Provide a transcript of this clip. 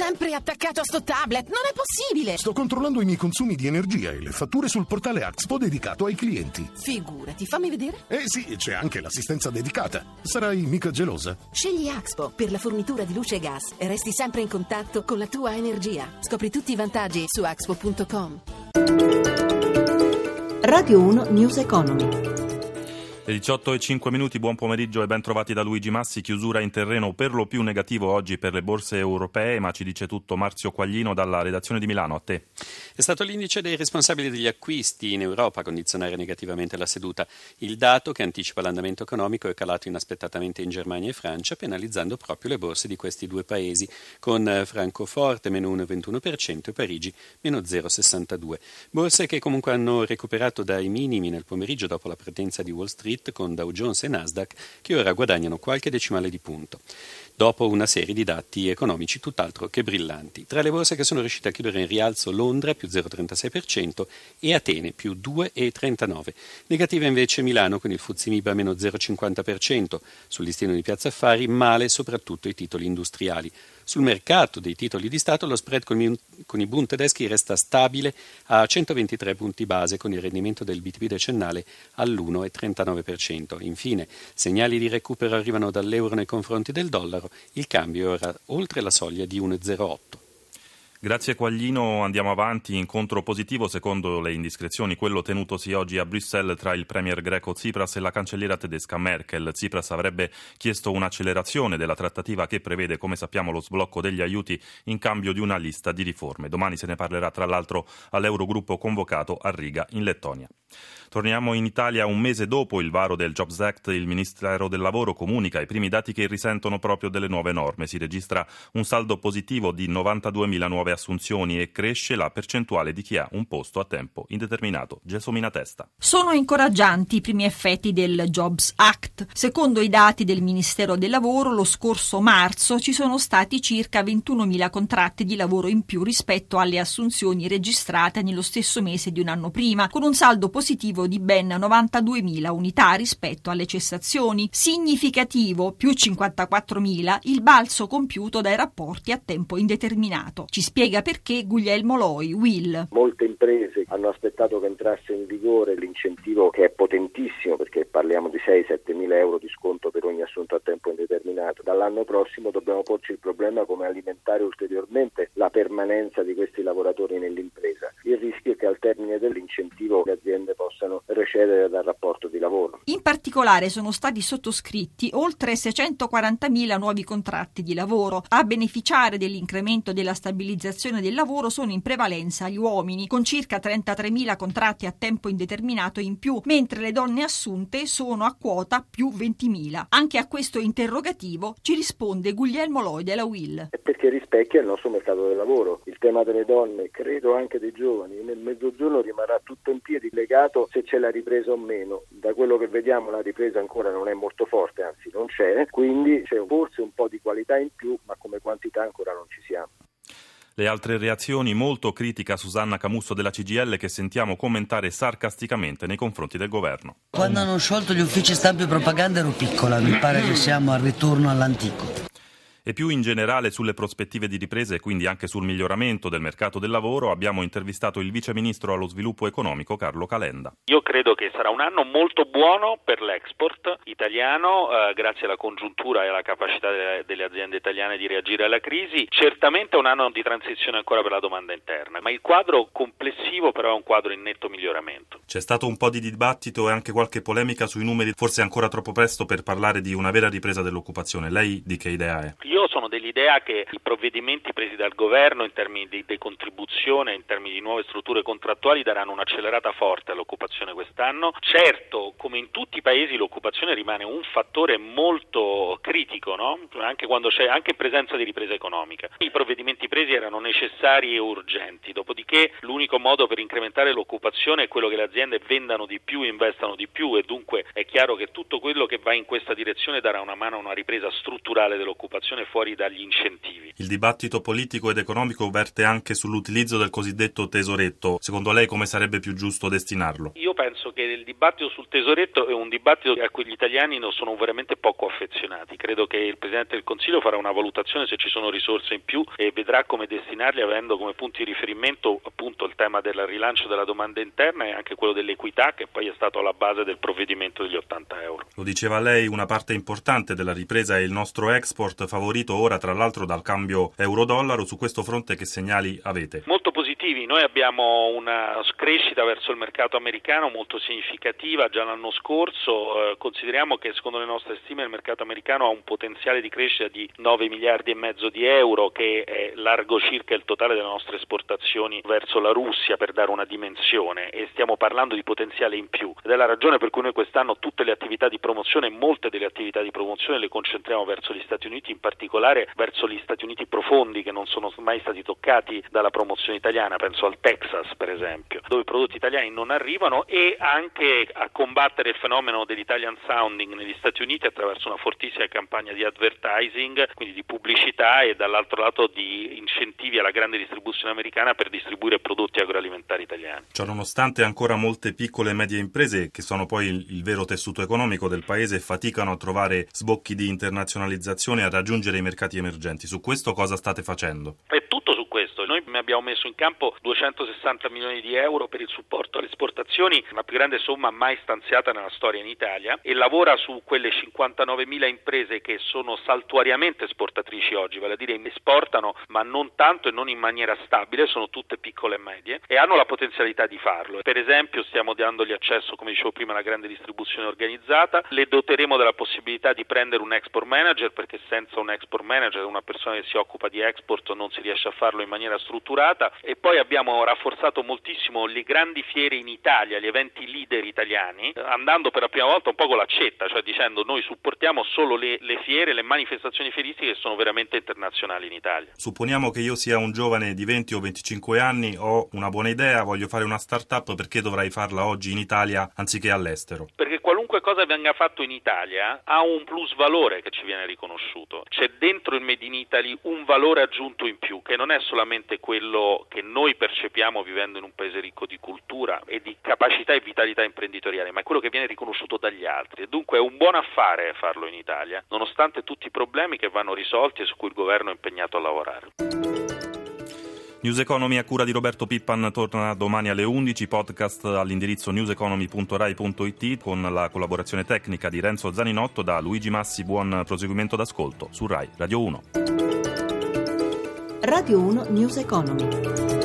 sempre attaccato a sto tablet, non è possibile! Sto controllando i miei consumi di energia e le fatture sul portale Axpo dedicato ai clienti. Figurati, fammi vedere. Sì, c'è anche l'assistenza dedicata. Sarai mica gelosa? Scegli Axpo per la fornitura di luce e gas e resti sempre in contatto con la tua energia. Scopri tutti i vantaggi su axpo.com. Radio 1 News Economy. Le 18:05, buon pomeriggio e ben trovati da Luigi Massi. Chiusura in terreno per lo più negativo oggi per le borse europee, ma ci dice tutto Marzio Quaglino dalla redazione di Milano. A te. È stato l'indice dei responsabili degli acquisti in Europa a condizionare negativamente la seduta. Il dato, che anticipa l'andamento economico, è calato inaspettatamente in Germania e Francia, penalizzando proprio le borse di questi due paesi, con Francoforte meno 1,21% e Parigi meno 0,62%. Borse che comunque hanno recuperato dai minimi nel pomeriggio dopo la partenza di Wall Street, con Dow Jones e Nasdaq che ora guadagnano qualche decimale di punto, dopo una serie di dati economici tutt'altro che brillanti. Tra le borse che sono riuscite a chiudere in rialzo, Londra più 0,36% e Atene più 2,39%. Negativa invece Milano con il FTSE MIB a meno 0,50%. Sul listino di Piazza Affari male soprattutto i titoli industriali. Sul mercato dei titoli di Stato lo spread con i Bund tedeschi resta stabile a 123 punti base, con il rendimento del BTP decennale all'1,39%. Infine, segnali di recupero arrivano dall'euro nei confronti del dollaro, il cambio è ora oltre la soglia di 1,08. Grazie Quaglino, andiamo avanti. Incontro positivo secondo le indiscrezioni, quello tenutosi oggi a Bruxelles tra il premier greco Tsipras e la cancelliera tedesca Merkel. Tsipras avrebbe chiesto un'accelerazione della trattativa che prevede, come sappiamo, lo sblocco degli aiuti in cambio di una lista di riforme. Domani se ne parlerà tra l'altro all'Eurogruppo convocato a Riga in Lettonia. Torniamo in Italia. Un mese dopo il varo del Jobs Act, il Ministero del Lavoro comunica i primi dati che risentono proprio delle nuove norme. Si registra un saldo positivo di 92.000 nuove assunzioni e cresce la percentuale di chi ha un posto a tempo indeterminato. Gelsomina Testa. Sono incoraggianti i primi effetti del Jobs Act. Secondo i dati del Ministero del Lavoro, lo scorso marzo ci sono stati circa 21.000 contratti di lavoro in più rispetto alle assunzioni registrate nello stesso mese di un anno prima, con un saldo positivo di ben 92.000 unità rispetto alle cessazioni. Significativo, più 54.000, il balzo compiuto dai rapporti a tempo indeterminato. Ci spiega perché Guglielmo Loi, UIL. Molte imprese hanno aspettato che entrasse in vigore l'incentivo, che è potentissimo, perché parliamo di 6-7 mila euro di sconto per ogni assunto a tempo indeterminato. Dall'anno prossimo dobbiamo porci il problema come alimentare ulteriormente la permanenza di questi lavoratori nell'impresa. Il rischio è che al termine dell'incentivo le aziende possano recedere dal rapporto di lavoro. In particolare sono stati sottoscritti oltre 640.000 nuovi contratti di lavoro. A beneficiare dell'incremento della stabilizzazione del lavoro sono in prevalenza gli uomini, con circa 33.000 contratti a tempo indeterminato in più, mentre le donne assunte sono a quota più 20.000. Anche a questo interrogativo ci risponde Guglielmo Loi della UIL. Perché rispecchia il nostro mercato del lavoro. Il tema delle donne, credo anche dei giovani, nel mezzogiorno rimarrà tutto in piedi, legato se c'è la ripresa o meno. Da quello che vediamo la ripresa ancora non è molto forte, anzi non c'è, quindi c'è forse un po' di qualità in più, ma come quantità ancora non ci siamo. Le altre reazioni, molto critica Susanna Camusso della CGIL, che sentiamo commentare sarcasticamente nei confronti del governo. Quando hanno sciolto gli uffici stampa e propaganda ero piccola, mi pare che siamo al ritorno all'antico. E più in generale sulle prospettive di ripresa e quindi anche sul miglioramento del mercato del lavoro abbiamo intervistato il vice ministro allo sviluppo economico Carlo Calenda. Io credo che sarà un anno molto buono per l'export italiano, grazie alla congiuntura e alla capacità delle aziende italiane di reagire alla crisi. Certamente è un anno di transizione ancora per la domanda interna, ma il quadro complessivo però è un quadro in netto miglioramento. C'è stato un po' di dibattito e anche qualche polemica sui numeri, forse è ancora troppo presto per parlare di una vera ripresa dell'occupazione. Lei di che idea è? Io sono dell'idea che i provvedimenti presi dal governo in termini di decontribuzione, in termini di nuove strutture contrattuali, daranno un'accelerata forte all'occupazione quest'anno. Certo, come in tutti i paesi, l'occupazione rimane un fattore molto critico, no? Anche quando c'è, anche in presenza di ripresa economica. I provvedimenti presi erano necessari e urgenti, dopodiché l'unico modo per incrementare l'occupazione è quello che le aziende vendano di più, investano di più, e dunque è chiaro che tutto quello che va in questa direzione darà una mano a una ripresa strutturale dell'occupazione tassazione fuori dagli incentivi. Il dibattito politico ed economico verte anche sull'utilizzo del cosiddetto tesoretto. Secondo lei come sarebbe più giusto destinarlo? Io penso che il dibattito sul tesoretto è un dibattito a cui gli italiani non sono veramente poco affezionati. Credo che il Presidente del Consiglio farà una valutazione se ci sono risorse in più e vedrà come destinarli, avendo come punti di riferimento appunto il tema del rilancio della domanda interna e anche quello dell'equità, che poi è stato alla base del provvedimento degli 80 euro. Lo diceva lei, una parte importante della ripresa è il nostro export, favorito ora tra l'altro dal cambio euro-dollaro. Su questo fronte che segnali avete? Molto positivi, noi abbiamo una crescita verso il mercato americano molto significativa già l'anno scorso. Consideriamo che secondo le nostre stime il mercato americano ha un potenziale di crescita di 9 miliardi e mezzo di euro, che è largo circa il totale delle nostre esportazioni verso la Russia, per dare una dimensione, e stiamo parlando di potenziale in più, ed è la ragione per cui noi quest'anno tutte le attività di promozione, molte delle attività di promozione le concentriamo verso gli Stati Uniti, in particolare verso gli Stati Uniti profondi, che non sono mai stati toccati dalla promozione italiana. Penso al Texas per esempio, dove i prodotti italiani non arrivano, e anche a combattere il fenomeno dell'Italian sounding negli Stati Uniti attraverso una fortissima campagna di advertising, quindi di pubblicità, e dall'altro lato di incentivi alla grande distribuzione americana per distribuire prodotti agroalimentari italiani. Ciononostante ancora molte piccole e medie imprese, che sono poi il vero tessuto economico del paese, faticano a trovare sbocchi di internazionalizzazione e a raggiungere i mercati emergenti. Su questo cosa state facendo? È tutto su questo. Noi abbiamo messo in campo 260 milioni di euro per il supporto alle esportazioni, la più grande somma mai stanziata nella storia in Italia, e lavora su quelle 59.000 imprese che sono saltuariamente esportatrici oggi, vale a dire esportano ma non tanto e non in maniera stabile, sono tutte piccole e medie e hanno la potenzialità di farlo. Per esempio stiamo dandogli accesso, come dicevo prima, alla grande distribuzione organizzata, le doteremo della possibilità di prendere un export manager, perché senza un export manager, una persona che si occupa di export, non si riesce a farlo in maniera strutturata. E poi abbiamo rafforzato moltissimo le grandi fiere in Italia, gli eventi leader italiani, andando per la prima volta un po' con l'accetta, cioè dicendo noi supportiamo solo le fiere, le manifestazioni fieristiche che sono veramente internazionali in Italia. Supponiamo che io sia un giovane di 20 o 25 anni, ho una buona idea, voglio fare una start-up, perché dovrei farla oggi in Italia anziché all'estero? Perché qualunque cosa venga fatto in Italia ha un plus valore che ci viene riconosciuto. C'è dentro il Made in Italy un valore aggiunto in più, che non è solamente quello che noi percepiamo vivendo in un paese ricco di cultura e di capacità e vitalità imprenditoriale, ma è quello che viene riconosciuto dagli altri. E dunque è un buon affare farlo in Italia, nonostante tutti i problemi che vanno risolti e su cui il governo è impegnato a lavorare. News Economy a cura di Roberto Pippan torna domani alle 11, podcast all'indirizzo newseconomy.rai.it con la collaborazione tecnica di Renzo Zaninotto. Da Luigi Massi buon proseguimento d'ascolto su Rai Radio 1. Radio 1 News Economy.